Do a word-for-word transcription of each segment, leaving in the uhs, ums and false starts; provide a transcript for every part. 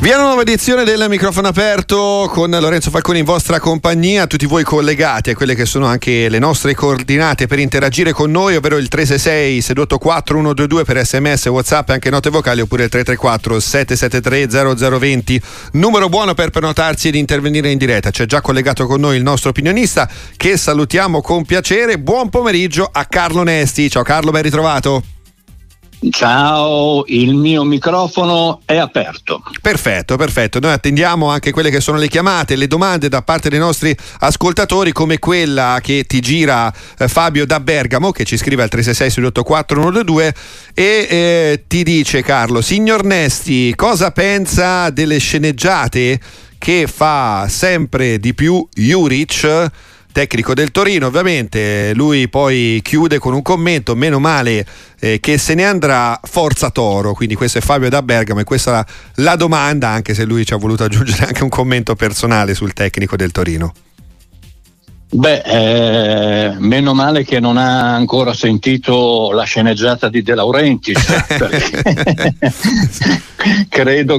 Via una nuova edizione del Microfono Aperto con Lorenzo Falconi in vostra compagnia, tutti voi collegati a quelle che sono anche le nostre coordinate per interagire con noi, ovvero il tre sei sei sei otto quattro uno due due per sms, WhatsApp e anche note vocali, oppure il tre tre quattro sette sette tre zero zero due zero, numero buono per prenotarsi ed intervenire in diretta. C'è già collegato con noi il nostro opinionista che salutiamo con piacere. Buon pomeriggio a Carlo Nesti. Ciao Carlo, ben ritrovato. Ciao, il mio microfono è aperto. Perfetto, perfetto. Noi attendiamo anche quelle che sono le chiamate, le domande da parte dei nostri ascoltatori, come quella che ti gira eh, Fabio da Bergamo, che ci scrive al tre sei sei sei otto quattro uno due due e eh, ti dice: Carlo, signor Nesti, cosa pensa delle sceneggiate che fa sempre di più Juric, tecnico del Torino? Ovviamente lui poi chiude con un commento: meno male eh, che se ne andrà, forza Toro. Quindi questo è Fabio da Bergamo e questa è la, la domanda, anche se lui ci ha voluto aggiungere anche un commento personale sul tecnico del Torino. Beh, eh, meno male che non ha ancora sentito la sceneggiata di De Laurentiis, perché credo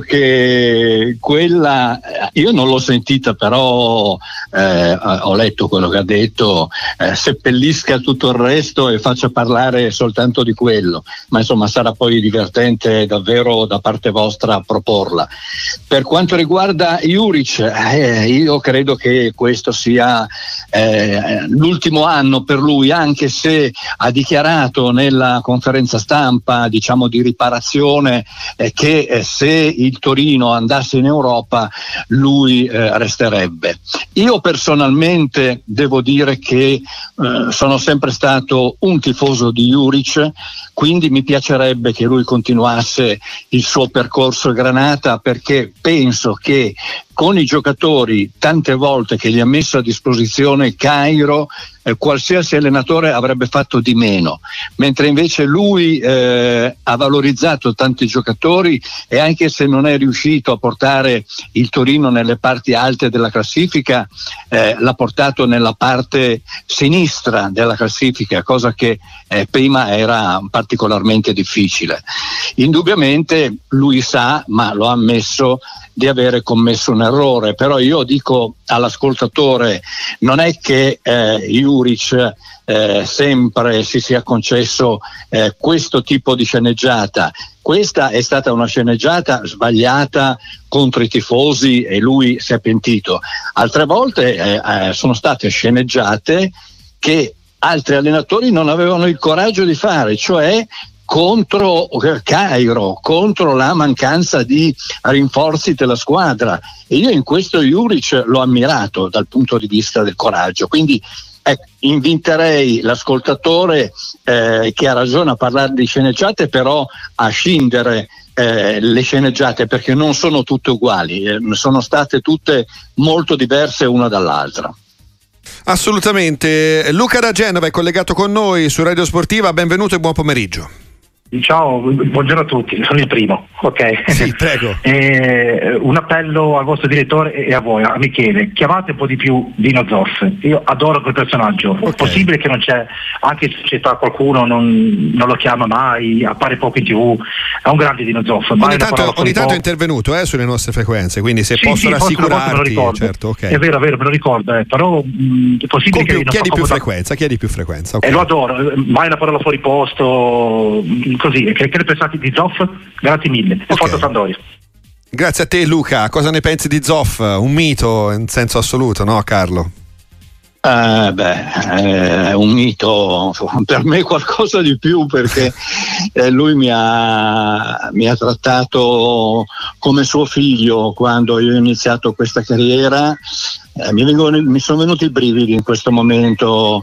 che quella, io non l'ho sentita, però eh, ho letto quello che ha detto, eh, seppellisca tutto il resto e faccia parlare soltanto di quello, ma insomma sarà poi divertente davvero da parte vostra proporla. Per quanto riguarda Juric, eh, io credo che questo sia eh, l'ultimo anno per lui, anche se ha dichiarato nella conferenza stampa, diciamo, di riparazione eh, che eh, se il Torino andasse in Europa lui eh, resterebbe. Io personalmente devo dire che eh, sono sempre stato un tifoso di Juric, quindi mi piacerebbe che lui continuasse il suo percorso a Granata, perché penso che con i giocatori tante volte che gli ha messo a disposizione Cairo, eh, qualsiasi allenatore avrebbe fatto di meno, mentre invece lui eh, ha valorizzato tanti giocatori e anche se non è riuscito a portare il Torino nelle parti alte della classifica, eh, l'ha portato nella parte sinistra della classifica, cosa che eh, prima era particolarmente difficile. Indubbiamente lui sa, ma lo ha ammesso, di avere commesso un errore, però io dico all'ascoltatore: non è che eh, Juric eh, sempre si sia concesso eh, questo tipo di sceneggiata. Questa è stata una sceneggiata sbagliata contro i tifosi e lui si è pentito. Altre volte eh, eh, sono state sceneggiate che altri allenatori non avevano il coraggio di fare, cioè contro Cairo, contro la mancanza di rinforzi della squadra, e io in questo Juric l'ho ammirato dal punto di vista del coraggio. Quindi ecco, inviterei l'ascoltatore eh, che ha ragione a parlare di sceneggiate, però a scindere eh, le sceneggiate, perché non sono tutte uguali, eh, sono state tutte molto diverse una dall'altra. Assolutamente. Luca da Genova è collegato con noi su Radio Sportiva, benvenuto e buon pomeriggio. Ciao, buongiorno a tutti, sono il primo, ok? Sì, prego. Eh, un appello al vostro direttore e a voi, a Michele: chiamate un po' di più Dino Zoff, io adoro quel personaggio. Okay. È possibile che non c'è, anche in società qualcuno non, non lo chiama mai, appare poco in tv, è un grande Dino Zoff. Ogni tanto, ogni tanto è intervenuto eh, sulle nostre frequenze, quindi se sì, posso sì, rassicurarti, certo, okay. È vero, è vero, me lo ricordo, eh, però mh, è possibile più, che chiedi so più da... frequenza, chiedi più frequenza. Okay. E lo adoro, mai una parola fuori posto, così. Che, che ne pensate di Zoff? Grazie mille. Okay. E Forza Sampdoria. Grazie a te Luca. Cosa ne pensi di Zoff? Un mito in senso assoluto, no Carlo? Eh, beh, è un mito, per me qualcosa di più, perché eh, lui mi ha, mi ha trattato come suo figlio quando io ho iniziato questa carriera. Eh, mi, vengono, mi sono venuti i brividi in questo momento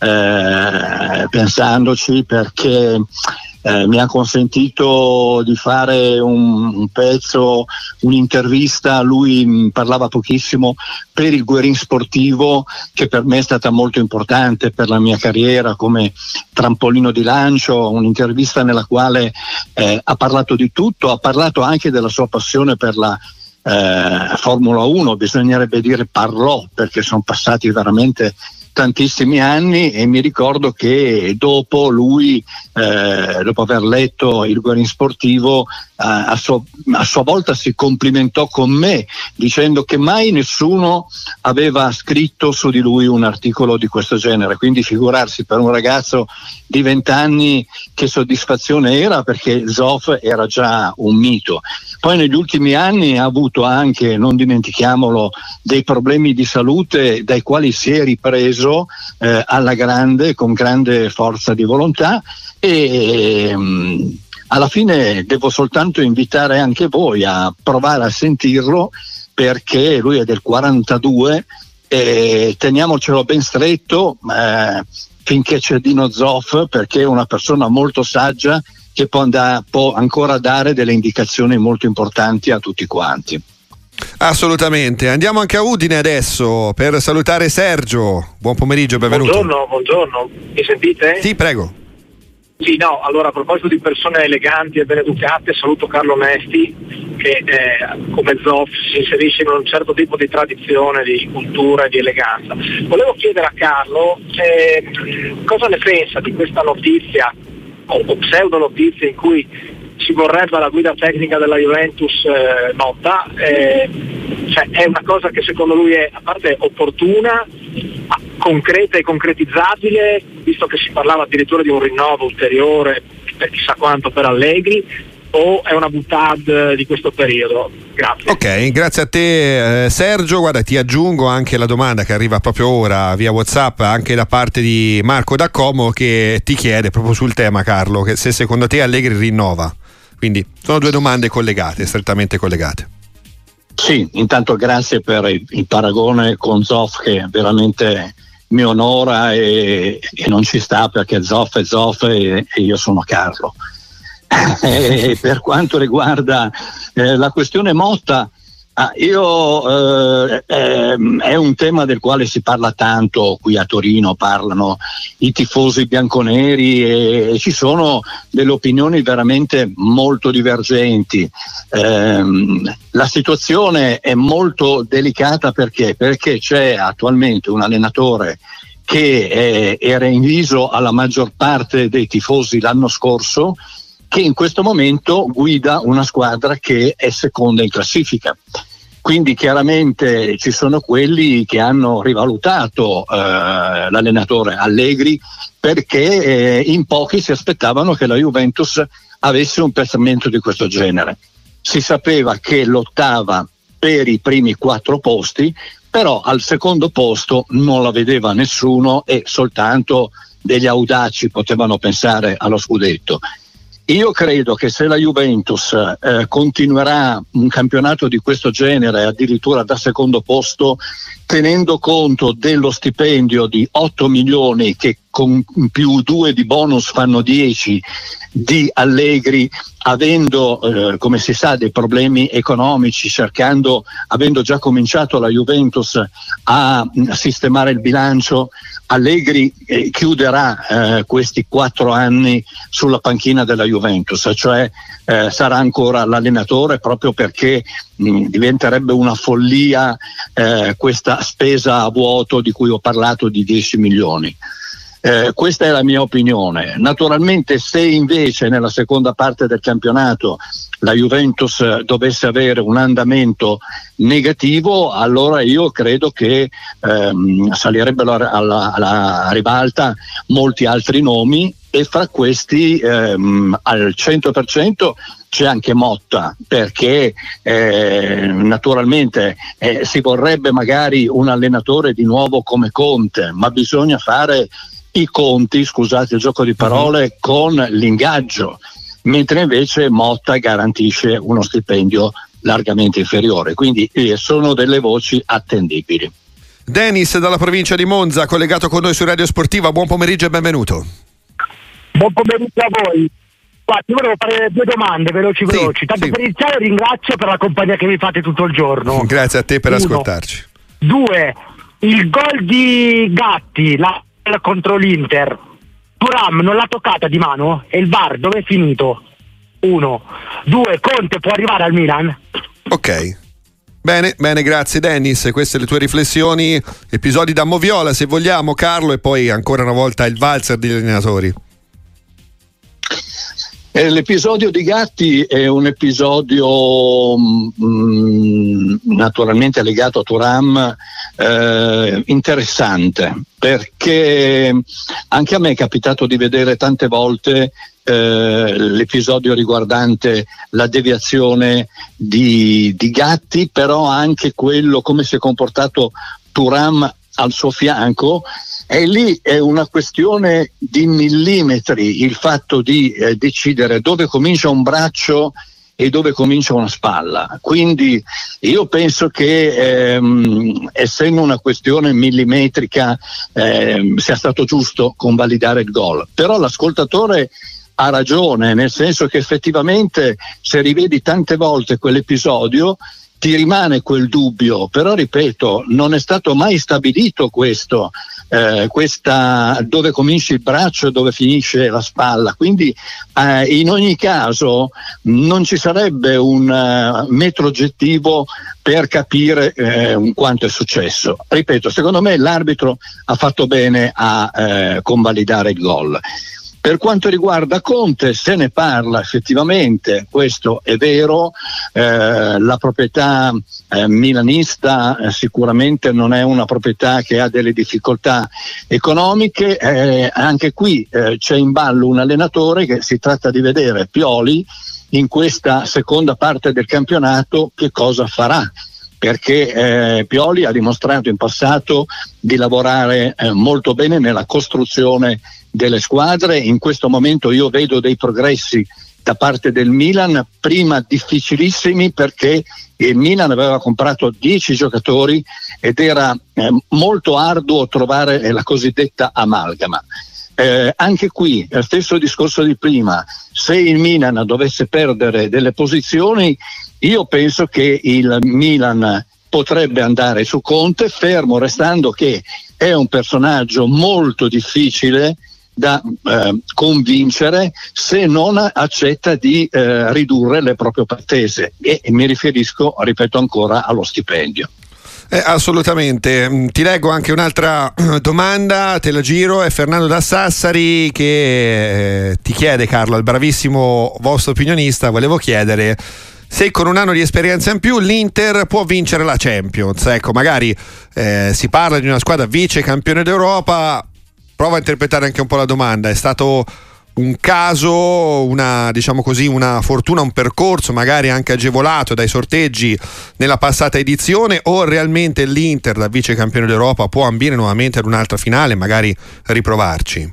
eh, pensandoci, perché Eh, mi ha consentito di fare un, un pezzo, un'intervista. Lui parlava pochissimo per il Guerin Sportivo, che per me è stata molto importante per la mia carriera come trampolino di lancio, un'intervista nella quale eh, ha parlato di tutto, ha parlato anche della sua passione per la eh, Formula uno, bisognerebbe dire parlò, perché sono passati veramente tantissimi anni, e mi ricordo che dopo lui, eh, dopo aver letto il Guerin Sportivo, eh, a, sua, a sua volta si complimentò con me dicendo che mai nessuno aveva scritto su di lui un articolo di questo genere, quindi figurarsi per un ragazzo di vent'anni che soddisfazione era, perché Zoff era già un mito. Poi negli ultimi anni ha avuto anche, non dimentichiamolo, dei problemi di salute dai quali si è ripreso eh, alla grande, con grande forza di volontà, e ehm, alla fine devo soltanto invitare anche voi a provare a sentirlo, perché lui è del quarantadue e teniamocelo ben stretto eh, finché c'è Dino Zoff, perché è una persona molto saggia che può, andare, può ancora dare delle indicazioni molto importanti a tutti quanti. Assolutamente. Andiamo anche a Udine adesso per salutare Sergio. Buon pomeriggio, benvenuto. Buongiorno, buongiorno. Mi sentite? Sì, prego. Sì, no, allora a proposito di persone eleganti e ben educate, saluto Carlo Mesti, che eh, come Zoff si inserisce in un certo tipo di tradizione, di cultura e di eleganza. Volevo chiedere a Carlo eh, cosa ne pensa di questa notizia o, o pseudo notizia in cui ci vorrebbe la guida tecnica della Juventus eh, Motta. Eh, cioè è una cosa che secondo lui è, a parte opportuna, concreta e concretizzabile, visto che si parlava addirittura di un rinnovo ulteriore per chissà quanto per Allegri, o è una boutade di questo periodo? Grazie. Ok, grazie a te eh, Sergio. Guarda, ti aggiungo anche la domanda che arriva proprio ora via WhatsApp, anche da parte di Marco da Como, che ti chiede proprio sul tema, Carlo, che se secondo te Allegri rinnova. Quindi sono due domande collegate, strettamente collegate. Sì, intanto grazie per il, il paragone con Zoff, che veramente mi onora e, e non ci sta, perché Zoff è Zoff e, e io sono Carlo. E per quanto riguarda eh, la questione Motta, ah, io eh, eh, è un tema del quale si parla tanto qui a Torino, parlano i tifosi bianconeri e, e ci sono delle opinioni veramente molto divergenti. Eh, la situazione è molto delicata perché? Perché c'è attualmente un allenatore che eh, era in viso alla maggior parte dei tifosi l'anno scorso, che in questo momento guida una squadra che è seconda in classifica. Quindi chiaramente ci sono quelli che hanno rivalutato eh, l'allenatore Allegri, perché eh, in pochi si aspettavano che la Juventus avesse un piazzamento di questo genere. Si sapeva che lottava per i primi quattro posti, però al secondo posto non la vedeva nessuno e soltanto degli audaci potevano pensare allo scudetto. Io credo che se la Juventus eh, continuerà un campionato di questo genere, addirittura da secondo posto, tenendo conto dello stipendio di otto milioni che con più due di bonus fanno dieci di Allegri, avendo eh, come si sa dei problemi economici, cercando, avendo già cominciato la Juventus a, a sistemare il bilancio, Allegri eh, chiuderà eh, questi quattro anni sulla panchina della Juventus, cioè eh, sarà ancora l'allenatore, proprio perché mh, diventerebbe una follia eh, questa spesa a vuoto di cui ho parlato di dieci milioni. Eh, questa è la mia opinione. Naturalmente, se invece nella seconda parte del campionato la Juventus eh, dovesse avere un andamento negativo, allora io credo che ehm, salirebbero alla, alla ribalta molti altri nomi, e fra questi ehm, al cento per cento c'è anche Motta, perché eh, naturalmente eh, si vorrebbe magari un allenatore di nuovo come Conte, ma bisogna fare i conti, scusate il gioco di parole, con l'ingaggio, mentre invece Motta garantisce uno stipendio largamente inferiore, quindi eh, sono delle voci attendibili. Dennis dalla provincia di Monza, collegato con noi su Radio Sportiva, buon pomeriggio e benvenuto. Buon pomeriggio a voi. Guarda, io volevo fare due domande veloci sì, veloci. Tanto sì. Per iniziare ringrazio per la compagnia che mi fate tutto il giorno. Grazie a te per Uno. ascoltarci. Due, il gol di Gatti la, contro l'Inter, Thuram non l'ha toccata di mano? E il V A R dove è finito? Uno. Due, Conte può arrivare al Milan? Ok. Bene, bene, grazie Dennis, queste le tue riflessioni, episodi da moviola se vogliamo, Carlo, e poi ancora una volta il valzer degli allenatori. Eh, l'episodio di Gatti è un episodio mh, naturalmente legato a Thuram, eh, interessante, perché anche a me è capitato di vedere tante volte eh, l'episodio riguardante la deviazione di, di Gatti, però anche quello come si è comportato Thuram al suo fianco. E lì è una questione di millimetri il fatto di eh, decidere dove comincia un braccio e dove comincia una spalla. Quindi io penso che ehm, essendo una questione millimetrica ehm, sia stato giusto convalidare il gol. Però l'ascoltatore ha ragione, nel senso che effettivamente se rivedi tante volte quell'episodio ti rimane quel dubbio, però ripeto, non è stato mai stabilito questo, eh, questa, dove comincia il braccio e dove finisce la spalla, quindi eh, in ogni caso non ci sarebbe un uh, metro oggettivo per capire eh, quanto è successo. Ripeto, secondo me l'arbitro ha fatto bene a eh, convalidare il gol. Per quanto riguarda Conte, se ne parla effettivamente, questo è vero, eh, la proprietà eh, milanista eh, sicuramente non è una proprietà che ha delle difficoltà economiche, eh, anche qui eh, c'è in ballo un allenatore che si tratta di vedere, Pioli, in questa seconda parte del campionato che cosa farà. Perché eh, Pioli ha dimostrato in passato di lavorare eh, molto bene nella costruzione delle squadre. In questo momento io vedo dei progressi da parte del Milan, prima difficilissimi perché il Milan aveva comprato dieci giocatori ed era eh, molto arduo trovare eh, la cosiddetta amalgama. Eh, anche qui, lo stesso discorso di prima, se il Milan dovesse perdere delle posizioni, io penso che il Milan potrebbe andare su Conte, fermo restando che è un personaggio molto difficile da eh, convincere se non accetta di eh, ridurre le proprie pretese, e mi riferisco, ripeto ancora, allo stipendio. Eh, assolutamente. Ti leggo anche un'altra domanda, te la giro, è Fernando da Sassari che eh, ti chiede, Carlo, al bravissimo vostro opinionista, volevo chiedere se con un anno di esperienza in più l'Inter può vincere la Champions. Ecco, magari eh, si parla di una squadra vice campione d'Europa, prova a interpretare anche un po' la domanda, è stato un caso, una, diciamo così, una fortuna, un percorso magari anche agevolato dai sorteggi nella passata edizione, o realmente l'Inter da vice campione d'Europa può ambire nuovamente ad un'altra finale, magari riprovarci?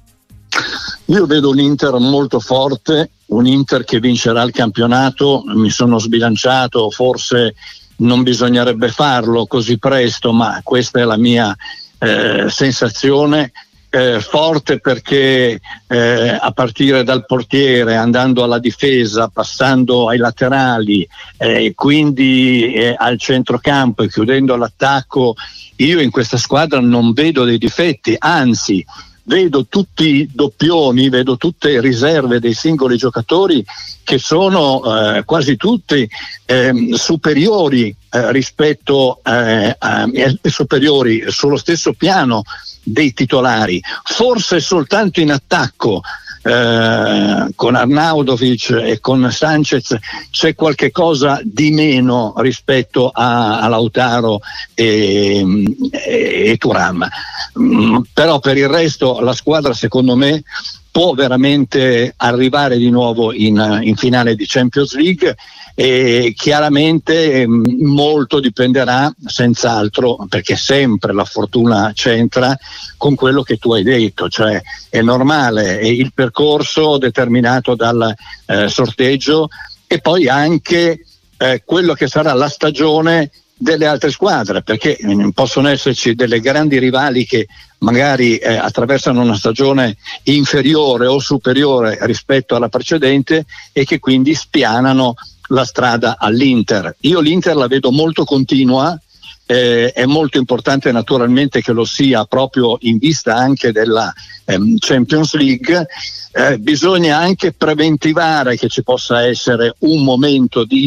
Io vedo un Inter molto forte, un Inter che vincerà il campionato. Mi sono sbilanciato, forse non bisognerebbe farlo così presto, ma questa è la mia eh, sensazione. Eh, forte perché eh, a partire dal portiere, andando alla difesa, passando ai laterali, eh, quindi eh, al centrocampo e chiudendo l'attacco, io in questa squadra non vedo dei difetti, anzi vedo tutti doppioni, vedo tutte riserve dei singoli giocatori che sono eh, quasi tutti eh, superiori eh, rispetto eh, a, eh, superiori sullo stesso piano dei titolari, forse soltanto in attacco eh, con Arnautovic e con Sanchez c'è qualche cosa di meno rispetto a, a Lautaro e, e, e Thuram, mm, però per il resto la squadra secondo me può veramente arrivare di nuovo in, in finale di Champions League, e chiaramente mh, molto dipenderà senz'altro, perché sempre la fortuna c'entra, con quello che tu hai detto, cioè è normale, è il percorso determinato dal eh, sorteggio e poi anche eh, quello che sarà la stagione delle altre squadre, perché mh, possono esserci delle grandi rivali che magari eh, attraversano una stagione inferiore o superiore rispetto alla precedente e che quindi spianano la strada all'Inter. Io l'Inter la vedo molto continua, eh, è molto importante naturalmente che lo sia proprio in vista anche della ehm, Champions League. Eh, bisogna anche preventivare che ci possa essere un momento di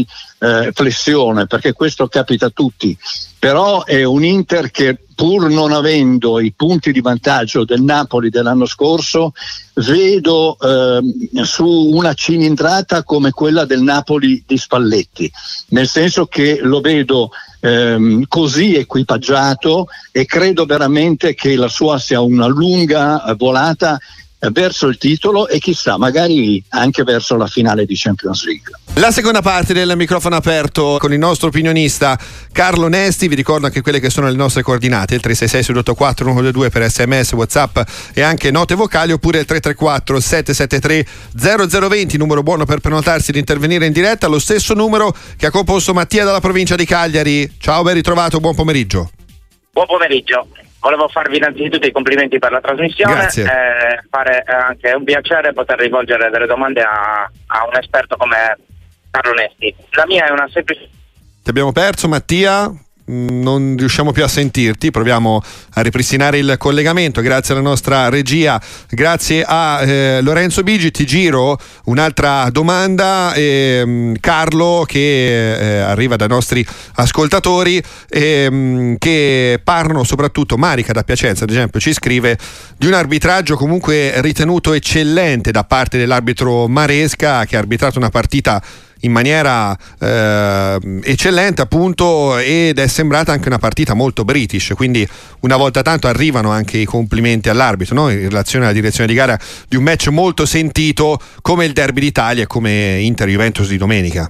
eh, flessione, perché questo capita a tutti, però è un Inter che, pur non avendo i punti di vantaggio del Napoli dell'anno scorso, vedo eh, su una cilindrata come quella del Napoli di Spalletti, nel senso che lo vedo ehm, così equipaggiato, e credo veramente che la sua sia una lunga eh, volata verso il titolo e chissà, magari anche verso la finale di Champions League. La seconda parte del microfono aperto con il nostro opinionista Carlo Nesti. Vi ricordo anche quelle che sono le nostre coordinate: il tre sei sei sei otto quattro uno due due per sms, whatsapp e anche note vocali, oppure il tre tre quattro sette sette tre zero zero due zero, numero buono per prenotarsi ed intervenire in diretta, lo stesso numero che ha composto Mattia dalla provincia di Cagliari. Ciao, ben ritrovato, buon pomeriggio. Buon pomeriggio. Volevo farvi innanzitutto i complimenti per la trasmissione. Grazie. Eh, fare anche un piacere poter rivolgere delle domande a, a un esperto come Carlo Nesti. La mia è una semplice... Ti abbiamo perso, Mattia? Non riusciamo più a sentirti, proviamo a ripristinare il collegamento grazie alla nostra regia, grazie a eh, Lorenzo Bigi. Ti giro un'altra domanda, eh, Carlo, che eh, arriva dai nostri ascoltatori, eh, che parlano soprattutto, Marica da Piacenza ad esempio ci scrive di un arbitraggio comunque ritenuto eccellente da parte dell'arbitro Maresca, che ha arbitrato una partita in maniera eh, eccellente appunto, ed è sembrata anche una partita molto british, quindi una volta tanto arrivano anche i complimenti all'arbitro, no? In relazione alla direzione di gara di un match molto sentito come il Derby d'Italia e come Inter-Juventus di domenica.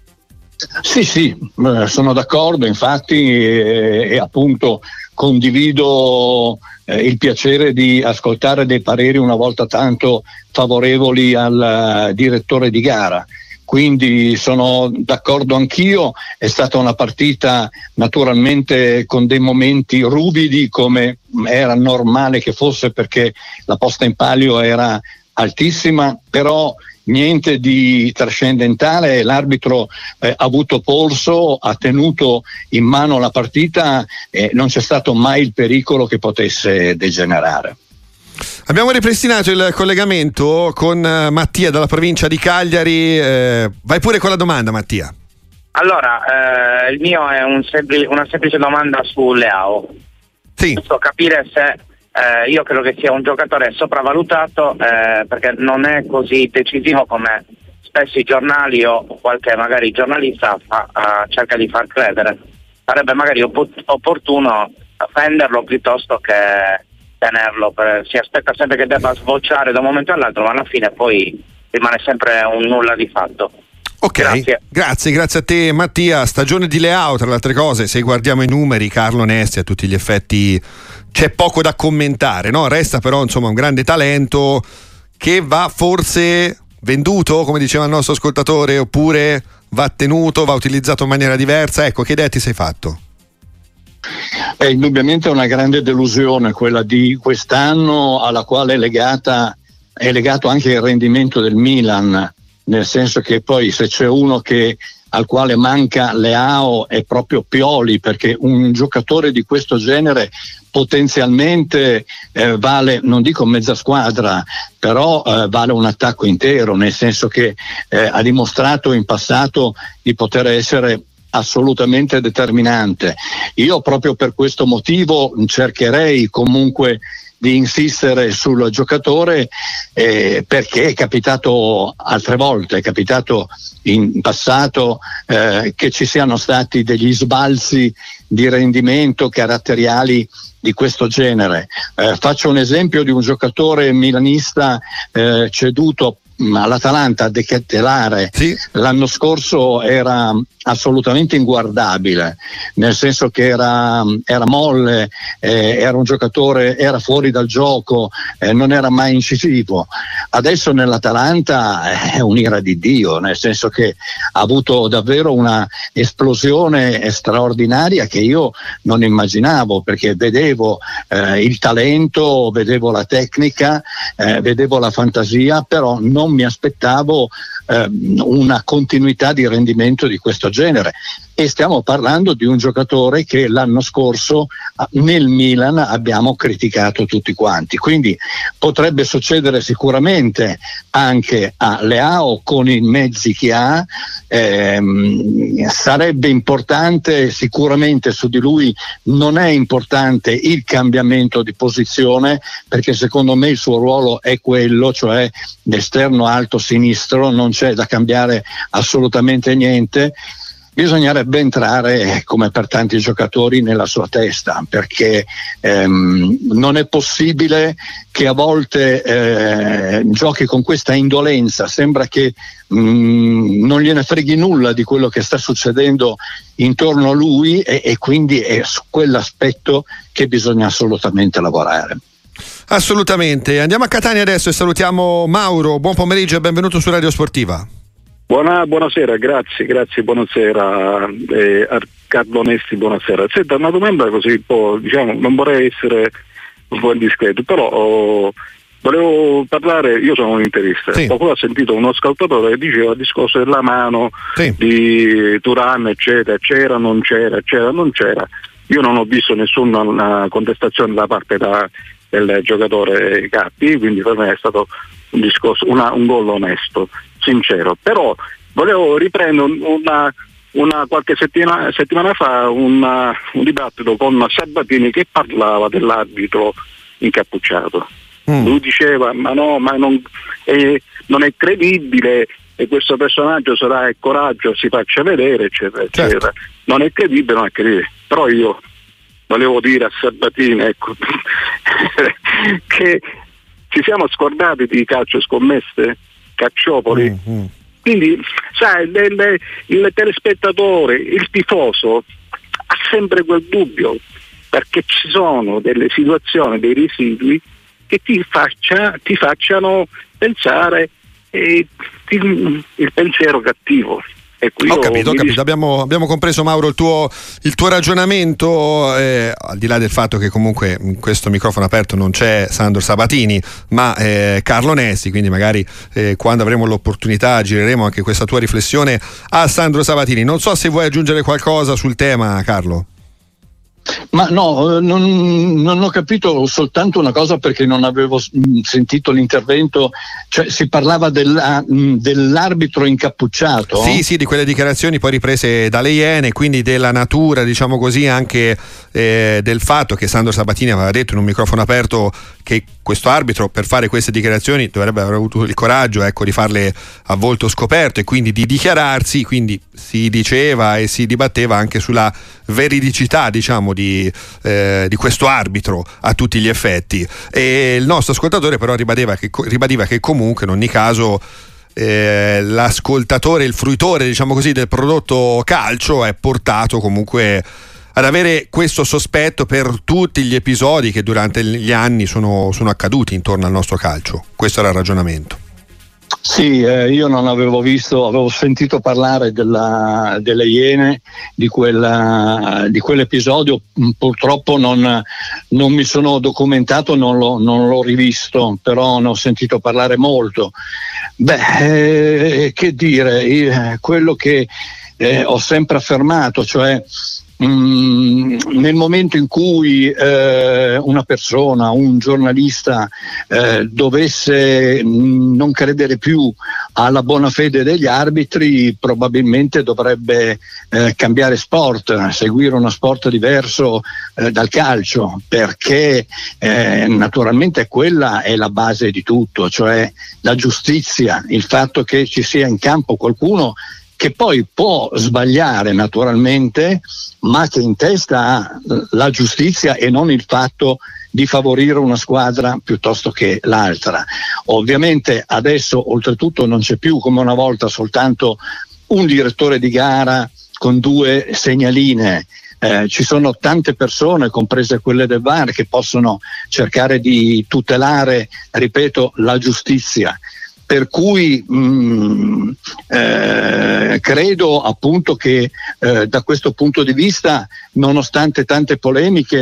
Sì, sì, sono d'accordo, infatti, e, e appunto condivido eh, il piacere di ascoltare dei pareri una volta tanto favorevoli al uh, direttore di gara. Quindi sono d'accordo anch'io, è stata una partita naturalmente con dei momenti ruvidi, come era normale che fosse, perché la posta in palio era altissima, però niente di trascendentale. L'arbitro eh, ha avuto polso, ha tenuto in mano la partita e non c'è stato mai il pericolo che potesse degenerare. Abbiamo ripristinato il collegamento con Mattia dalla provincia di Cagliari. Eh, vai pure con la domanda, Mattia. Allora, eh, il mio è un sempli- una semplice domanda su Leao. Sì. Posso capire se eh, io credo che sia un giocatore sopravvalutato, eh, perché non è così decisivo come spesso i giornali o qualche magari giornalista fa, uh, cerca di far credere. Sarebbe magari opp- opportuno venderlo piuttosto che tenerlo, per, si aspetta sempre che debba sbocciare da un momento all'altro, ma alla fine poi rimane sempre un nulla di fatto. Ok, grazie. grazie, grazie a te Mattia. Stagione di Leao, tra le altre cose, se guardiamo i numeri, Carlo Nesti a tutti gli effetti c'è poco da commentare, no? Resta però insomma un grande talento che va forse venduto, come diceva il nostro ascoltatore, oppure va tenuto, va utilizzato in maniera diversa. Ecco, che idea ti sei fatto? È indubbiamente una grande delusione quella di quest'anno, alla quale è legata è legato anche il rendimento del Milan, nel senso che poi se c'è uno che al quale manca Leao è proprio Pioli, perché un giocatore di questo genere potenzialmente eh, vale, non dico mezza squadra, però eh, vale un attacco intero, nel senso che eh, ha dimostrato in passato di poter essere assolutamente determinante. Io proprio per questo motivo cercherei comunque di insistere sul giocatore, eh, perché è capitato altre volte, è capitato in passato eh, che ci siano stati degli sbalzi di rendimento caratteriali di questo genere. Eh, faccio un esempio di un giocatore milanista eh, ceduto all'Atalanta, De Kettelare. Sì. L'anno scorso era assolutamente inguardabile, nel senso che era, era molle, eh, era un giocatore, era fuori dal gioco, eh, non era mai incisivo. Adesso nell'Atalanta è un'ira di Dio, nel senso che ha avuto davvero una esplosione straordinaria che io non immaginavo, perché vedevo eh, il talento, vedevo la tecnica, eh, vedevo la fantasia, però non mi aspettavo eh, una continuità di rendimento di questo genere. e stiamo parlando di un giocatore che l'anno scorso nel Milan abbiamo criticato tutti quanti, quindi potrebbe succedere sicuramente anche a Leao con i mezzi che ha. Ehm, sarebbe importante sicuramente, su di lui non è importante il cambiamento di posizione, perché secondo me il suo ruolo è quello, cioè l'esterno alto sinistro, non c'è da cambiare assolutamente niente. Bisognerebbe entrare, come per tanti giocatori, nella sua testa, perché ehm, non è possibile che a volte eh, giochi con questa indolenza, sembra che mh, non gliene freghi nulla di quello che sta succedendo intorno a lui, e, e quindi è su quell'aspetto che bisogna assolutamente lavorare. Assolutamente. Andiamo a Catania adesso e salutiamo Mauro. Buon pomeriggio e benvenuto su Radio Sportiva. Buona, buonasera, grazie, grazie, buonasera eh, a Carlo Onesti, buonasera. Senta, una domanda così un po', diciamo, non vorrei essere un po' indiscreto, però oh, volevo parlare, io sono un interista, sì. Poco ho sentito uno scaltatore che diceva il discorso della mano, sì, di Thuram, eccetera, c'era, non c'era, c'era, non c'era. Io non ho visto nessuna contestazione da parte da, del giocatore Cappi, quindi per me è stato un discorso, una, un gol onesto, sincero. Però volevo riprendere una, una qualche settimana, settimana fa una, un dibattito con Sabatini che parlava dell'arbitro incappucciato. Mm. Lui diceva ma no, ma non è, non è credibile, e questo personaggio sarà il coraggio, si faccia vedere, eccetera, eccetera. Certo. Non è credibile, non è credibile. Però io volevo dire a Sabatini, ecco, che ci siamo scordati di calcio scommesse, Calciopoli. Mm-hmm. Quindi, sai, le, le, il telespettatore, il tifoso ha sempre quel dubbio, perché ci sono delle situazioni, dei residui che ti, faccia, ti facciano pensare eh, il, il pensiero cattivo. Ecco, io ho capito, ho capito. Abbiamo, abbiamo compreso, Mauro, il tuo, il tuo ragionamento, eh, al di là del fatto che comunque in questo microfono aperto non c'è Sandro Sabatini ma eh, Carlo Onesti, quindi magari eh, quando avremo l'opportunità gireremo anche questa tua riflessione a Sandro Sabatini. Non so se vuoi aggiungere qualcosa sul tema, Carlo. Ma no, non, non ho capito soltanto una cosa, perché non avevo sentito l'intervento, cioè si parlava della, dell'arbitro incappucciato? Sì, sì, di quelle dichiarazioni poi riprese dalle Iene, quindi della natura, diciamo così, anche eh, del fatto che Sandro Sabatini aveva detto in un microfono aperto che questo arbitro per fare queste dichiarazioni dovrebbe aver avuto il coraggio, ecco, di farle a volto scoperto e quindi di dichiararsi, quindi si diceva e si dibatteva anche sulla veridicità, diciamo, di, eh, di questo arbitro a tutti gli effetti. E il nostro ascoltatore però ribadiva che, ribadiva che comunque in ogni caso eh, l'ascoltatore, il fruitore, diciamo così, del prodotto calcio è portato comunque ad avere questo sospetto per tutti gli episodi che durante gli anni sono, sono accaduti intorno al nostro calcio. Questo era il ragionamento. Sì, eh, io non avevo visto, avevo sentito parlare della, delle Iene, di, quella, di quell'episodio, purtroppo non, non mi sono documentato, non l'ho, non l'ho rivisto, però ne ho sentito parlare molto. Beh, eh, che dire, eh, quello che eh, ho sempre affermato, cioè Mm, nel momento in cui eh, una persona, un giornalista eh, dovesse mh, non credere più alla buona fede degli arbitri, probabilmente dovrebbe eh, cambiare sport, seguire uno sport diverso eh, dal calcio, perché eh, naturalmente quella è la base di tutto, cioè la giustizia, il fatto che ci sia in campo qualcuno che poi può sbagliare naturalmente, ma che in testa ha la giustizia e non il fatto di favorire una squadra piuttosto che l'altra. Ovviamente adesso oltretutto non c'è più come una volta soltanto un direttore di gara con due segnaline. Eh, ci sono tante persone, comprese quelle del V A R, che possono cercare di tutelare, ripeto, la giustizia. Per cui mh, eh, credo appunto che eh, da questo punto di vista, nonostante tante polemiche,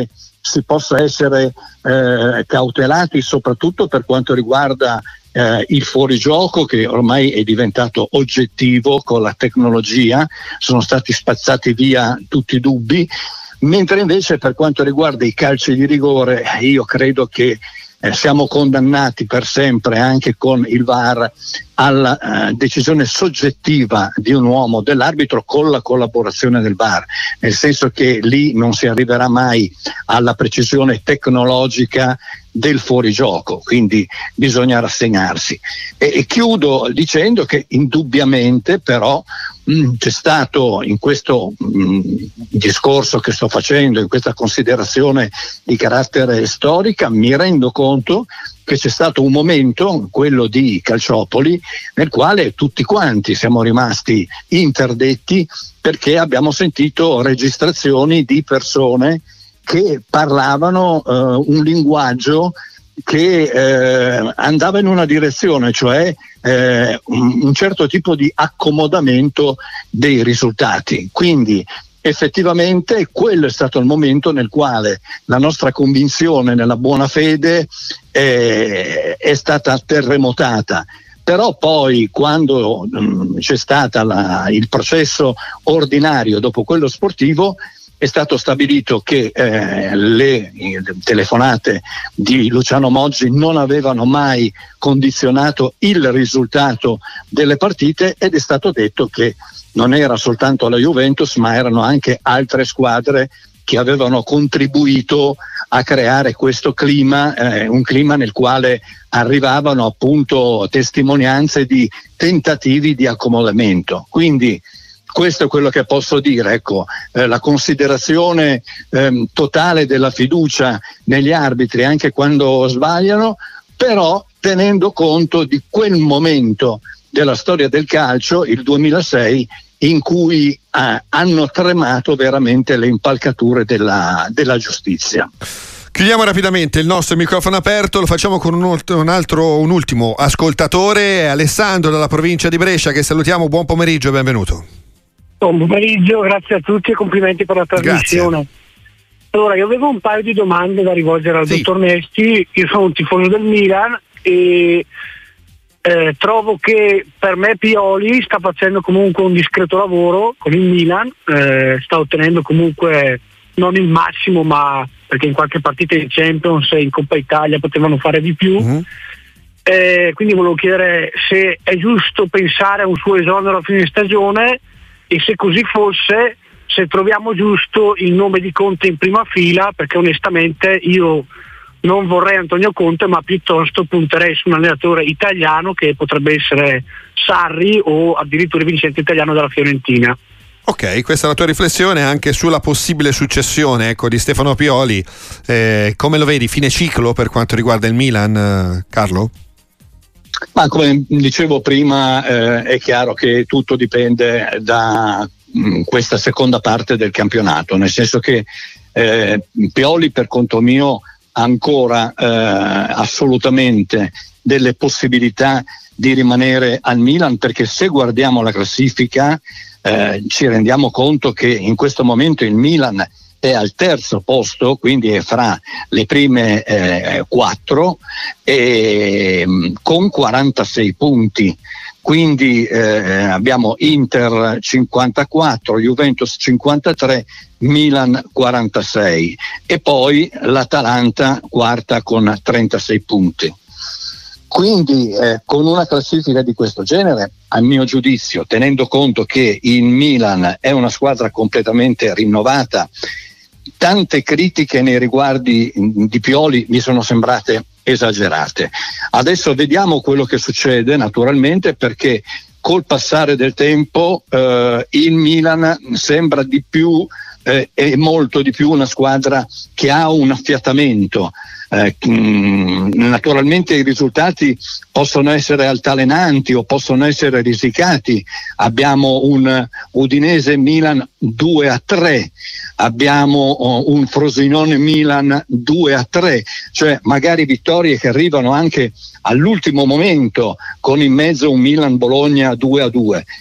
si possa essere eh, cautelati, soprattutto per quanto riguarda eh, il fuorigioco, che ormai è diventato oggettivo con la tecnologia, sono stati spazzati via tutti i dubbi, mentre invece per quanto riguarda i calci di rigore io credo che Eh, siamo condannati per sempre, anche con il V A R, alla eh, decisione soggettiva di un uomo, dell'arbitro, con la collaborazione del V A R, nel senso che lì non si arriverà mai alla precisione tecnologica del fuorigioco, quindi bisogna rassegnarsi. E, e chiudo dicendo che indubbiamente però mh, c'è stato in questo mh, discorso che sto facendo, in questa considerazione di carattere storica, mi rendo conto che c'è stato un momento, quello di Calciopoli, nel quale tutti quanti siamo rimasti interdetti perché abbiamo sentito registrazioni di persone che parlavano eh, un linguaggio che eh, andava in una direzione, cioè eh, un, un certo tipo di accomodamento dei risultati. Quindi effettivamente quello è stato il momento nel quale la nostra convinzione nella buona fede eh, è stata terremotata. Però poi quando mh, c'è stato il processo ordinario dopo quello sportivo, è stato stabilito che eh, le, le telefonate di Luciano Moggi non avevano mai condizionato il risultato delle partite, ed è stato detto che non era soltanto la Juventus, ma erano anche altre squadre che avevano contribuito a creare questo clima, eh, un clima nel quale arrivavano appunto testimonianze di tentativi di accomodamento. Quindi questo è quello che posso dire, ecco, eh, la considerazione ehm, totale della fiducia negli arbitri anche quando sbagliano, però tenendo conto di quel momento della storia del calcio, il duemilasei, in cui eh, hanno tremato veramente le impalcature della, della giustizia. Chiudiamo rapidamente il nostro microfono aperto, lo facciamo con un, un altro, un ultimo ascoltatore, Alessandro dalla provincia di Brescia, che salutiamo. Buon pomeriggio e benvenuto. Buon pomeriggio, grazie a tutti e complimenti per la trasmissione. Grazie. Allora, io avevo un paio di domande da rivolgere al sì. dottor Nesti. Io sono un tifoso del Milan e eh, trovo che per me Pioli sta facendo comunque un discreto lavoro con il Milan, eh, sta ottenendo comunque non il massimo, ma perché in qualche partita in Champions e in Coppa Italia potevano fare di più. Mm-hmm. Eh, quindi volevo chiedere se è giusto pensare a un suo esonero a fine stagione, e se così fosse, se troviamo giusto il nome di Conte in prima fila, perché onestamente io non vorrei Antonio Conte, ma piuttosto punterei su un allenatore italiano che potrebbe essere Sarri o addirittura il vincente italiano della Fiorentina. Ok, questa è la tua riflessione anche sulla possibile successione, ecco, di Stefano Pioli. Eh, come lo vedi, fine ciclo per quanto riguarda il Milan, eh, Carlo? Ma come dicevo prima, eh, è chiaro che tutto dipende da mh, questa seconda parte del campionato, nel senso che eh, Pioli, per conto mio, ha ancora eh, assolutamente delle possibilità di rimanere al Milan, perché se guardiamo la classifica eh, ci rendiamo conto che in questo momento il Milan è al terzo posto, quindi è fra le prime eh, quattro, e, con quarantasei punti. Quindi eh, abbiamo Inter cinquantaquattro, Juventus cinquantatré, Milan quarantasei e poi l'Atalanta quarta con trentasei punti. Quindi eh, con una classifica di questo genere, a mio giudizio, tenendo conto che il Milan è una squadra completamente rinnovata, tante critiche nei riguardi di Pioli mi sono sembrate esagerate. Adesso vediamo quello che succede, naturalmente, perché col passare del tempo eh, il Milan sembra di più eh, e molto di più una squadra che ha un affiatamento. Eh, mh, naturalmente i risultati possono essere altalenanti o possono essere risicati. Abbiamo un Udinese Milan due a tre, abbiamo oh, un Frosinone Milan due a tre, cioè magari vittorie che arrivano anche all'ultimo momento, con in mezzo un Milan Bologna due a due.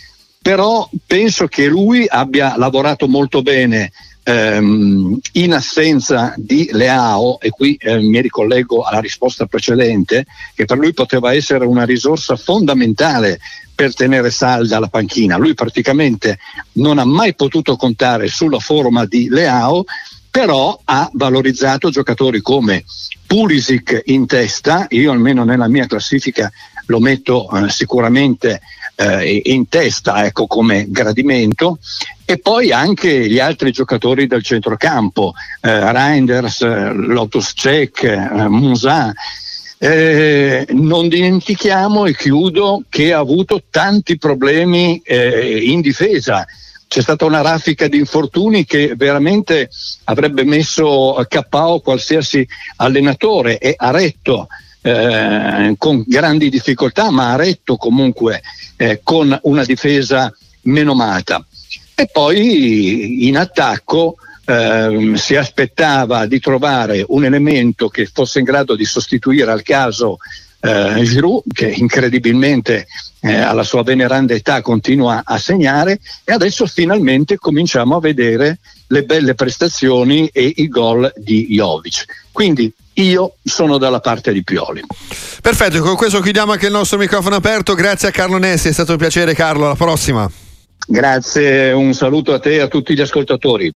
però penso che lui abbia lavorato molto bene ehm, in assenza di Leao, e qui eh, mi ricollego alla risposta precedente, che per lui poteva essere una risorsa fondamentale per tenere salda la panchina. Lui praticamente non ha mai potuto contare sulla forma di Leao, però ha valorizzato giocatori come Pulisic in testa. Io almeno nella mia classifica lo metto eh, sicuramente eh, in testa, ecco, come gradimento, e poi anche gli altri giocatori del centrocampo, eh, Reinders, eh, Loftus-Cheek, eh, Musa. Eh, non dimentichiamo, e chiudo, che ha avuto tanti problemi eh, in difesa. C'è stata una raffica di infortuni che veramente avrebbe messo a K O qualsiasi allenatore, e ha retto eh, con grandi difficoltà, ma ha retto comunque eh, con una difesa menomata. E poi in attacco eh, si aspettava di trovare un elemento che fosse in grado di sostituire al caso eh, Giroud, che incredibilmente eh, alla sua veneranda età continua a segnare, e adesso finalmente cominciamo a vedere le belle prestazioni e i gol di Jovic. Quindi io sono dalla parte di Pioli. Perfetto, con questo chiudiamo anche il nostro microfono aperto. Grazie a Carlo Nesti, è stato un piacere, Carlo, alla prossima. Grazie, un saluto a te e a tutti gli ascoltatori.